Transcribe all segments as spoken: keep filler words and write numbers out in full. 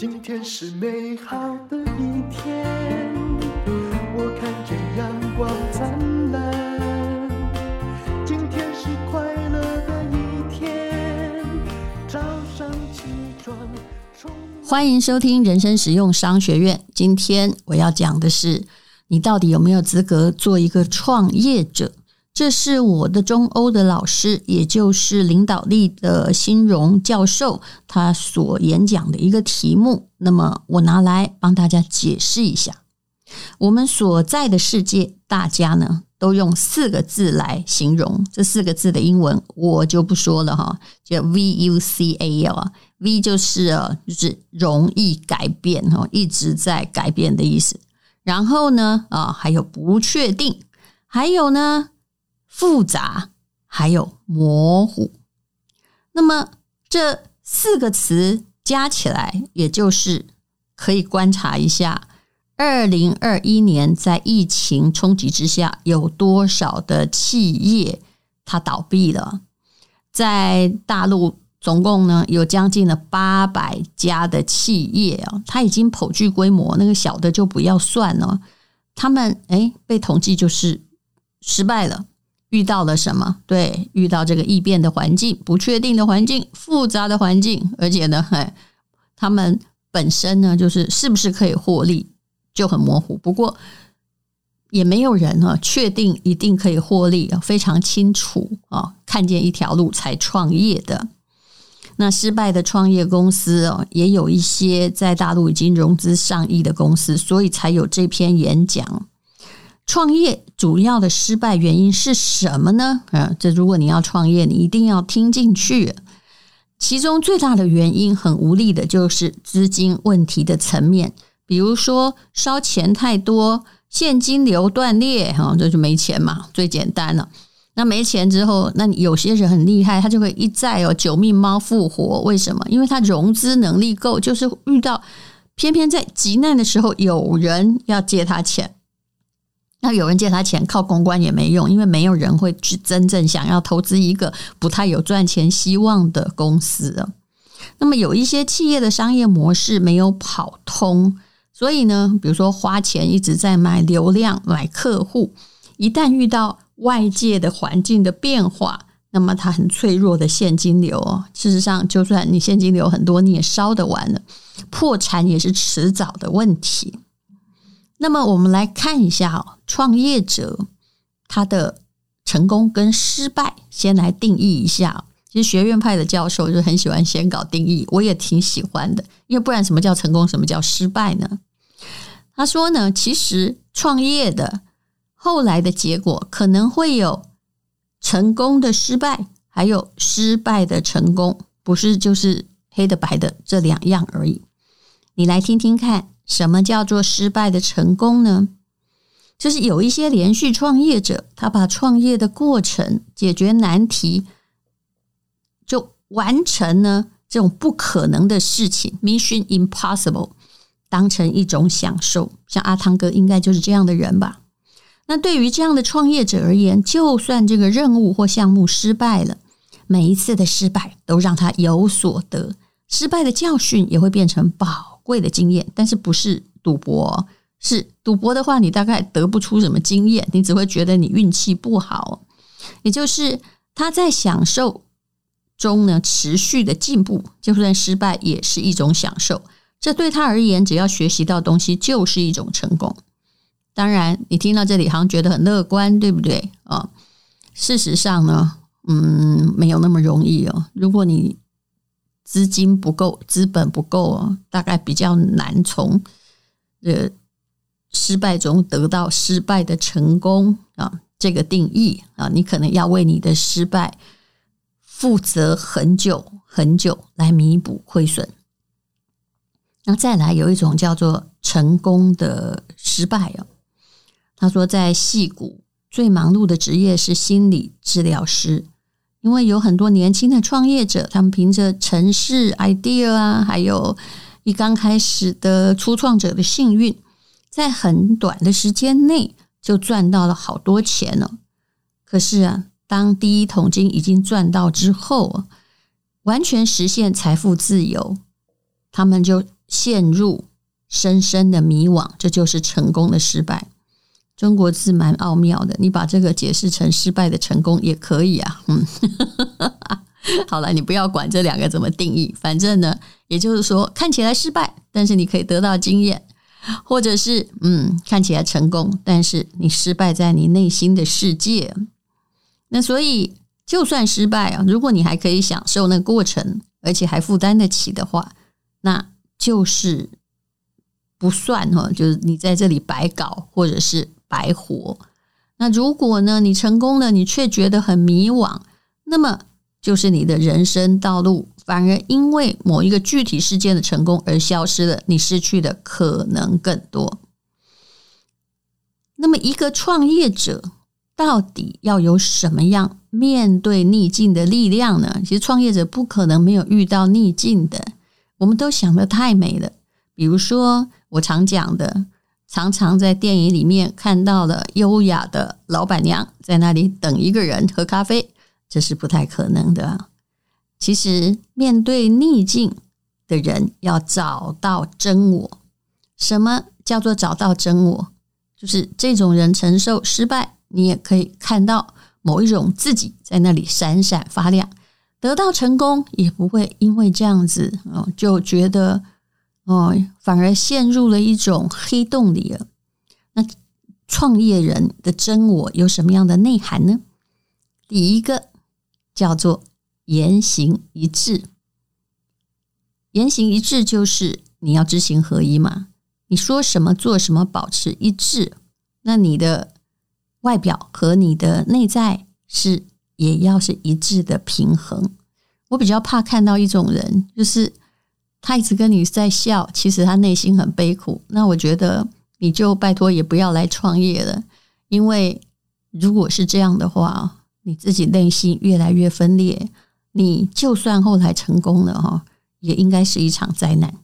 今天是美好的一天，我看见阳光灿烂。今天是快乐的一天，早上起床。 欢迎收听人生实用商学院。今天我要讲的是，你到底有没有资格做一个创业者？这是我的中欧的老师，也就是领导力的新荣教授，他所演讲的一个题目。那么我拿来帮大家解释一下。我们所在的世界，大家呢都用四个字来形容，这四个字的英文我就不说了哈，叫 V U C A L。 V 就是就是容易改变，一直在改变的意思。然后呢还有不确定，还有呢复杂，还有模糊。那么这四个词加起来，也就是可以观察一下二零二一年在疫情冲击之下，有多少的企业它倒闭了。在大陆总共呢有将近了八百家的企业，它已经颇具规模，那个小的就不要算了。他们诶被统计就是失败了。遇到了什么？对，遇到这个异变的环境、不确定的环境、复杂的环境，而且呢，他们本身呢，就是是不是可以获利就很模糊。不过也没有人啊确定一定可以获利，非常清楚啊，看见一条路才创业的。那失败的创业公司哦，也有一些在大陆已经融资上亿的公司，所以才有这篇演讲。创业主要的失败原因是什么呢？啊，这如果你要创业，你一定要听进去。其中最大的原因很无力的就是资金问题的层面，比如说烧钱太多，现金流断裂，这就没钱嘛，最简单了。那没钱之后，那有些人很厉害，他就会一再哦九命猫复活。为什么？因为他融资能力够，就是遇到偏偏在急难的时候，有人要借他钱。那有人借他钱，靠公关也没用，因为没有人会去真正想要投资一个不太有赚钱希望的公司。那么有一些企业的商业模式没有跑通，所以呢，比如说花钱一直在买流量、买客户，一旦遇到外界的环境的变化，那么它很脆弱的现金流哦，事实上就算你现金流很多，你也烧得完了，破产也是迟早的问题。那么我们来看一下创业者他的成功跟失败，先来定义一下。其实学院派的教授就很喜欢先搞定义，我也挺喜欢的，因为不然什么叫成功，什么叫失败呢？他说呢，其实创业的后来的结果可能会有成功的失败，还有失败的成功，不是就是黑的白的这两样而已。你来听听看，什么叫做失败的成功呢？就是有一些连续创业者，他把创业的过程、解决难题，就完成呢这种不可能的事情 Mission Impossible 当成一种享受。像阿汤哥应该就是这样的人吧。那对于这样的创业者而言，就算这个任务或项目失败了，每一次的失败都让他有所得，失败的教训也会变成宝贵的经验。但是不是赌博，是赌博的话你大概得不出什么经验，你只会觉得你运气不好。也就是他在享受中呢持续的进步，就算失败也是一种享受。这对他而言，只要学习到东西就是一种成功。当然你听到这里好像觉得很乐观，对不对？哦，事实上呢嗯，没有那么容易哦。如果你资金不够，资本不够哦，大概比较难从呃失败中得到失败的成功啊，这个定义啊，你可能要为你的失败负责很久很久来弥补亏损。那再来有一种叫做成功的失败哦。他说在矽谷最忙碌的职业是心理治疗师，因为有很多年轻的创业者，他们凭着程式 idea 啊，还有一刚开始的初创者的幸运，在很短的时间内就赚到了好多钱了。可是啊，当第一桶金已经赚到之后，完全实现财富自由，他们就陷入深深的迷惘，这就是成功的失败。中国字蛮奥妙的，你把这个解释成失败的成功也可以啊。嗯，好了，你不要管这两个怎么定义，反正呢，也就是说看起来失败，但是你可以得到经验，或者是嗯看起来成功，但是你失败在你内心的世界。那所以就算失败啊，如果你还可以享受那个过程，而且还负担得起的话，那就是不算哈，就是你在这里白搞或者是白活。那如果呢你成功了，你却觉得很迷惘，那么就是你的人生道路反而因为某一个具体事件的成功而消失了，你失去的可能更多。那么一个创业者到底要有什么样面对逆境的力量呢？其实创业者不可能没有遇到逆境的，我们都想得太美了。比如说我常讲的，常常在电影里面看到了优雅的老板娘在那里等一个人喝咖啡，这是不太可能的。其实面对逆境的人要找到真我。什么叫做找到真我？就是这种人承受失败，你也可以看到某一种自己在那里闪闪发亮。得到成功也不会因为这样子、哦、就觉得哦，反而陷入了一种黑洞里了。那创业人的真我有什么样的内涵呢？第一个叫做言行一致。言行一致就是你要知行合一嘛，你说什么做什么保持一致，那你的外表和你的内在是也要是一致的平衡。我比较怕看到一种人，就是他一直跟你在笑，其实他内心很悲苦。那我觉得你就拜托也不要来创业了，因为如果是这样的话，你自己内心越来越分裂，你就算后来成功了也应该是一场灾难。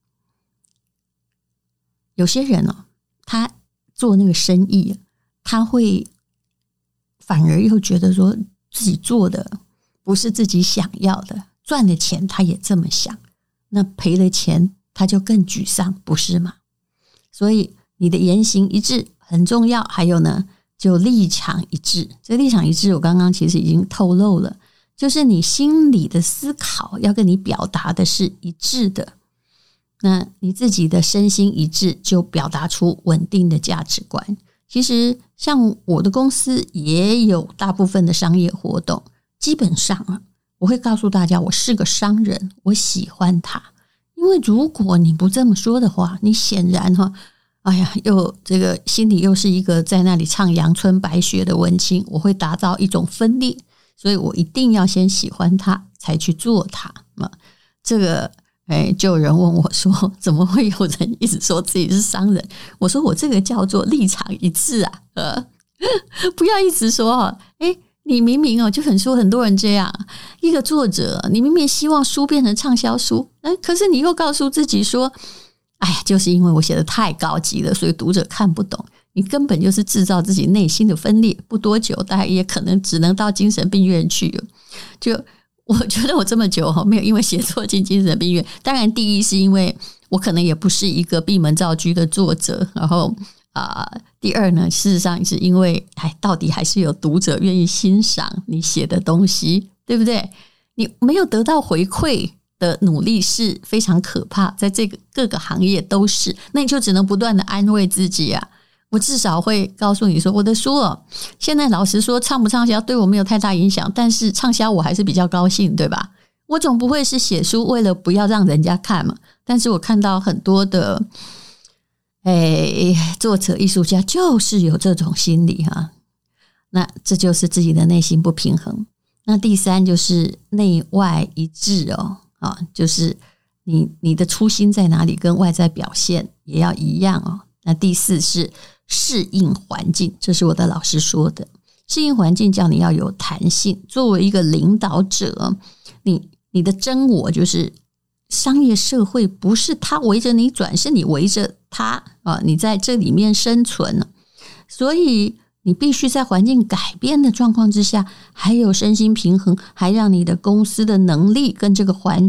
有些人哦，他做那个生意，他会反而又觉得说自己做的不是自己想要的，赚了钱他也这么想，那赔了钱他就更沮丧，不是吗？所以你的言行一致很重要。还有呢，就立场一致。这立场一致我刚刚其实已经透露了，就是你心里的思考要跟你表达的是一致的。那你自己的身心一致，就表达出稳定的价值观。其实像我的公司也有大部分的商业活动，基本上啊，我会告诉大家我是个商人，我喜欢它。因为如果你不这么说的话，你显然哈，哎呀，又这个心里又是一个在那里唱阳春白雪的文青，我会达到一种分裂，所以我一定要先喜欢它才去做它。这个哎，就有人问我说，怎么会有人一直说自己是商人？我说我这个叫做立场一致啊，呃，不要一直说哈，哎，你明明哦就很说很多人这样，一个作者，你明明希望书变成畅销书，哎，可是你又告诉自己说，哎呀，就是因为我写的太高级了，所以读者看不懂。你根本就是制造自己内心的分裂，不多久大家也可能只能到精神病院去了。就我觉得我这么久没有因为写作进精神病院，当然第一是因为我可能也不是一个闭门造车的作者，然后啊、呃，第二呢，事实上是因为哎，到底还是有读者愿意欣赏你写的东西，对不对？你没有得到回馈的努力是非常可怕，在这个各个行业都是，那你就只能不断的安慰自己啊。我至少会告诉你说，我的书哦，现在老实说畅不畅销对我没有太大影响，但是畅销我还是比较高兴，对吧？我总不会是写书为了不要让人家看嘛。但是我看到很多的哎，作者艺术家就是有这种心理哈、啊，那这就是自己的内心不平衡。那第三就是内外一致哦，啊，就是你你的初心在哪里，跟外在表现也要一样哦。那第四是适应环境，这是我的老师说的。适应环境叫你要有弹性。作为一个领导者，你你的真我就是商业社会不是他围着你转，是你围着他啊，你在这里面生存。所以你必须在环境改变的状况之下，还有身心平衡，还让你的公司的能力跟这个环境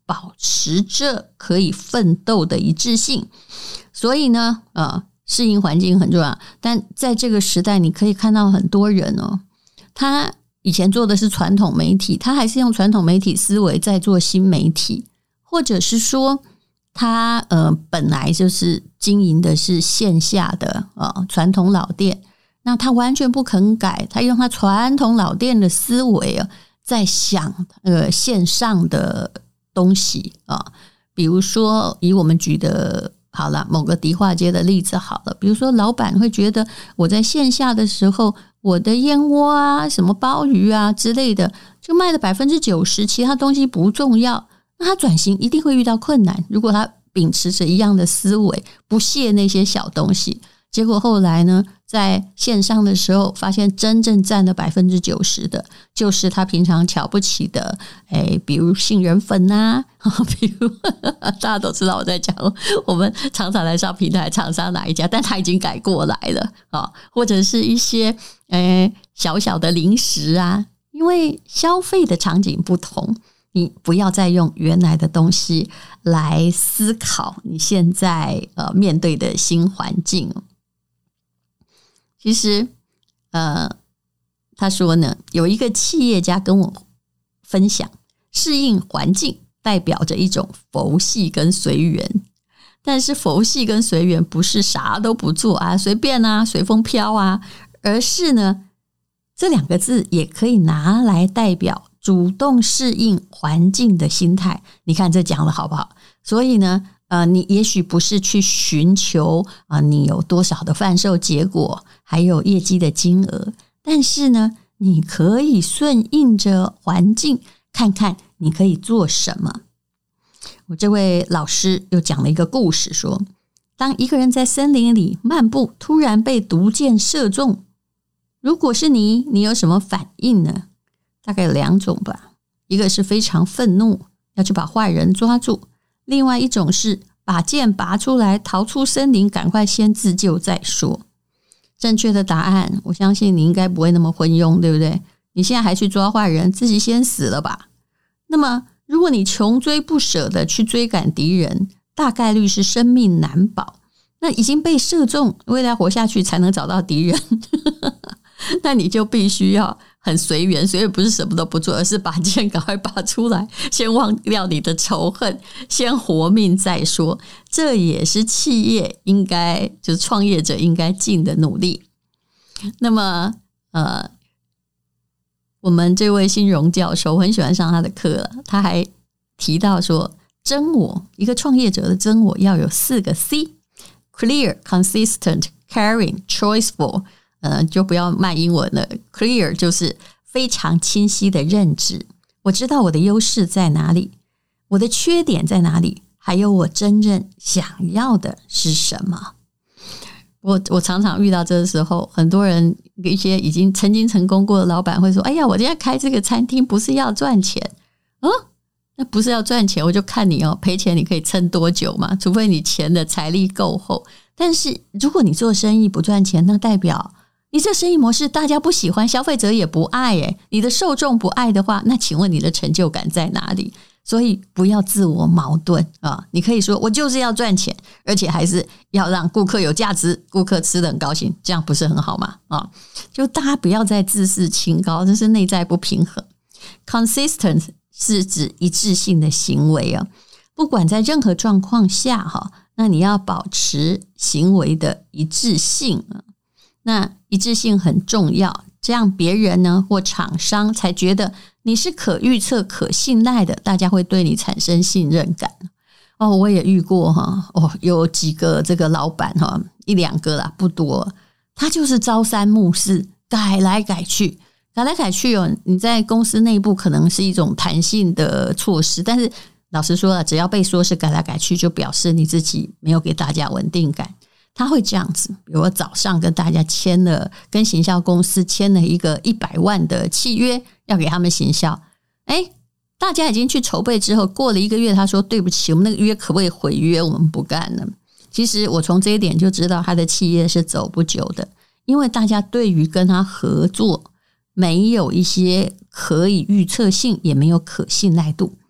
保持着可以奋斗的一致性。所以呢，呃，适应环境很重要。但在这个时代，你可以看到很多人哦，他以前做的是传统媒体，他还是用传统媒体思维在做新媒体，或者是说他呃本来就是经营的是线下的呃传统老店，那他完全不肯改，他用他传统老店的思维啊，在想呃线上的东西啊，比如说以我们举的好了某个迪化街的例子好了，比如说老板会觉得我在线下的时候，我的燕窝啊、什么鲍鱼啊之类的，就卖了百分之九十，其他东西不重要。那他转型一定会遇到困难，如果他秉持着一样的思维，不屑那些小东西，结果后来呢，在线上的时候发现真正占了百分之九十的就是他平常瞧不起的，诶，比如杏仁粉啊，比如大家都知道我在讲我们常常来上平台厂商哪一家，但他已经改过来了啊，或者是一些诶小小的零食啊，因为消费的场景不同，你不要再用原来的东西来思考你现在呃面对的新环境。其实呃他说呢，有一个企业家跟我分享，适应环境代表着一种佛系跟随缘，但是佛系跟随缘不是啥都不做啊，随便啊，随风飘啊，而是呢这两个字也可以拿来代表主动适应环境的心态。你看这讲的好不好？所以呢呃，你也许不是去寻求啊、呃，你有多少的贩售结果，还有业绩的金额，但是呢，你可以顺应着环境，看看你可以做什么。我这位老师又讲了一个故事说，当一个人在森林里漫步，突然被毒箭射中，如果是你，你有什么反应呢？大概有两种吧，一个是非常愤怒，要去把坏人抓住，另外一种是把剑拔出来，逃出森林，赶快先自救再说。正确的答案，我相信你应该不会那么昏庸，对不对？你现在还去抓坏人，自己先死了吧。那么如果你穷追不舍的去追赶敌人，大概率是生命难保。那已经被射中，为了活下去才能找到敌人那你就必须要很随缘，所以不是什么都不做，而是把剑赶快拔出来，先忘掉你的仇恨，先活命再说。这也是企业应该，就是创业者应该尽的努力。那么呃，我们这位新荣教授，我很喜欢上他的课了，他还提到说，真我，一个创业者的真我要有四个 C： Clear, Consistent, Caring, Choiceful。呃，就不要卖英文了。Clear 就是非常清晰的认知，我知道我的优势在哪里，我的缺点在哪里，还有我真正想要的是什么。我我常常遇到这个时候，很多人一些已经曾经成功过的老板会说，哎呀，我今天开这个餐厅不是要赚钱哦，那不是要赚钱，我就看你哦，赔钱你可以撑多久嘛，除非你钱的财力够厚。但是如果你做生意不赚钱，那代表你这生意模式大家不喜欢，消费者也不爱耶，你的受众不爱的话，那请问你的成就感在哪里？所以不要自我矛盾啊！你可以说我就是要赚钱，而且还是要让顾客有价值，顾客吃得很高兴，这样不是很好吗？啊，就大家不要再自视清高，这是内在不平衡。Consistent 是指一致性的行为啊，不管在任何状况下哈，那你要保持行为的一致性啊。那一致性很重要，这样别人呢或厂商才觉得你是可预测可信赖的，大家会对你产生信任感。哦，我也遇过哈，哦，有几个这个老板哈，一两个啦，不多，他就是朝三暮四，改来改去，改来改去哦。你在公司内部可能是一种弹性的措施，但是老实说了，只要被说是改来改去，就表示你自己没有给大家稳定感。他会这样子，比如我早上跟大家签了，跟行销公司签了一个一百万的契约，要给他们行销。诶，大家已经去筹备之后，过了一个月，他说对不起，我们那个约可不可以毁约，我们不干了。其实我从这一点就知道他的企业是走不久的，因为大家对于跟他合作没有一些可以预测性，也没有可信赖度。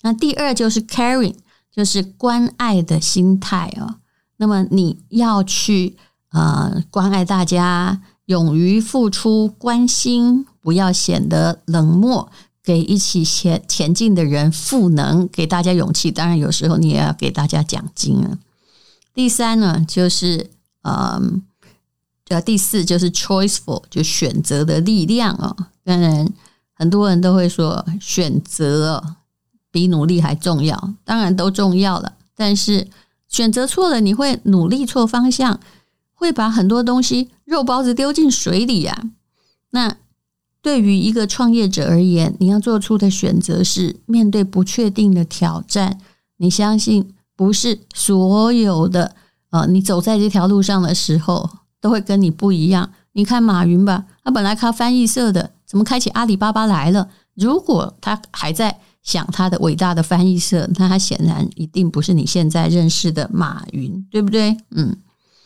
那第二就是 caring， 就是关爱的心态哦。那么你要去呃关爱大家，勇于付出关心，不要显得冷漠，给一起前前进的人赋能，给大家勇气。当然有时候你也要给大家奖金啊。第三呢就是呃呃第四就是 choiceful， 就选择的力量哦。当然很多人都会说选择哦比努力还重要，当然都重要了，但是选择错了，你会努力错方向，会把很多东西肉包子丢进水里啊。那对于一个创业者而言，你要做出的选择是面对不确定的挑战，你相信不是所有的呃，你走在这条路上的时候都会跟你不一样。你看马云吧，他本来开翻译社的，怎么开启阿里巴巴来了？如果他还在想他的伟大的翻译社，那他显然一定不是你现在认识的马云，对不对？嗯，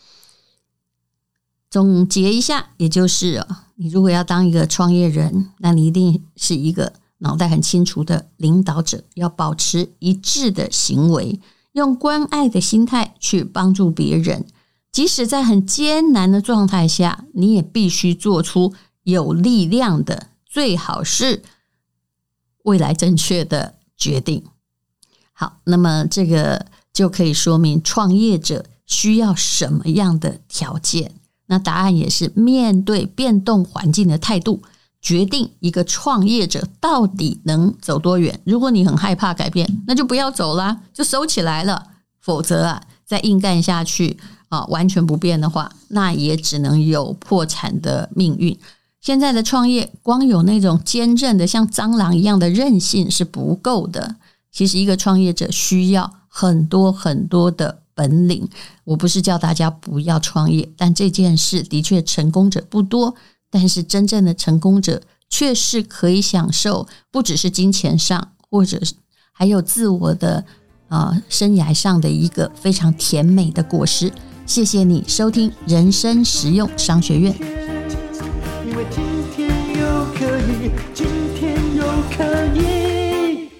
总结一下，也就是哦，你如果要当一个创业人，那你一定是一个脑袋很清楚的领导者，要保持一致的行为，用关爱的心态去帮助别人，即使在很艰难的状态下，你也必须做出有力量的，最好是未来正确的决定。好，那么这个就可以说明创业者需要什么样的条件。那答案也是面对变动环境的态度，决定一个创业者到底能走多远。如果你很害怕改变，那就不要走啦，就收起来了。否则啊，再硬干下去啊，完全不变的话，那也只能有破产的命运。现在的创业光有那种坚韧的像蟑螂一样的韧性是不够的，其实一个创业者需要很多很多的本领。我不是叫大家不要创业，但这件事的确成功者不多，但是真正的成功者却是可以享受不只是金钱上，或者还有自我的呃生涯上的一个非常甜美的果实。谢谢你收听人生实用商学院。 因为今天又可以，今天又可以。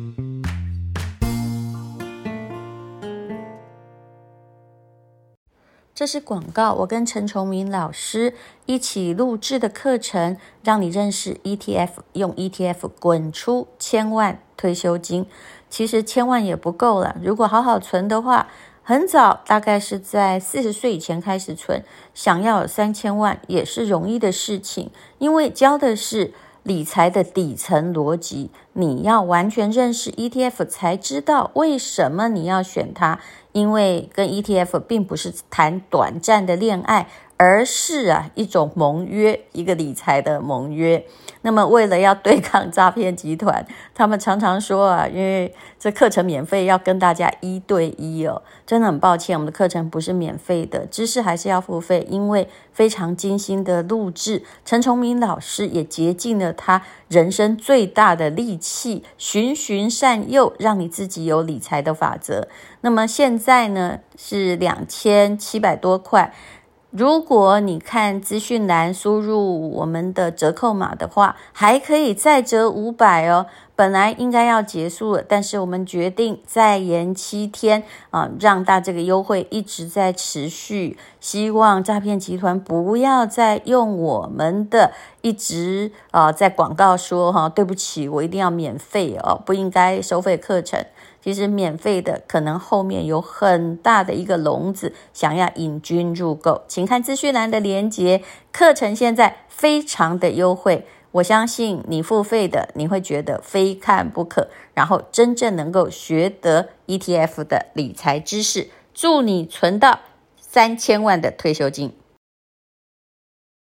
这是广告，我跟陈崇明老师一起录制的课程，让你认识 E T F， 用 E T F 滚出千万退休金。其实千万也不够了，如果好好存的话，很早大概是在四十岁以前开始存，想要有三千万也是容易的事情，因为教的是理财的底层逻辑，你要完全认识 E T F 才知道为什么你要选它。因为跟 E T F 并不是谈短暂的恋爱，而是啊一种盟约，一个理财的盟约。那么为了要对抗诈骗集团，他们常常说啊，因为这课程免费，要跟大家一对一哦。真的很抱歉，我们的课程不是免费的，知识还是要付费，因为非常精心的录制，陈崇明老师也竭尽了他人生最大的力气，循循善诱，让你自己有理财的法则。那么现在呢是两千七百多块，如果你看资讯栏输入我们的折扣码的话，还可以再折五百哦。本来应该要结束了，但是我们决定再延七天啊，让大这个优惠一直在持续。希望诈骗集团不要再用我们的一直啊在广告说哈、啊，对不起，我一定要免费哦，不应该收费课程。其实免费的可能后面有很大的一个笼子，想要引军入购，请看资讯栏的连结，课程现在非常的优惠，我相信你付费的你会觉得非看不可，然后真正能够学得 E T F 的理财知识，祝你存到三千万的退休金。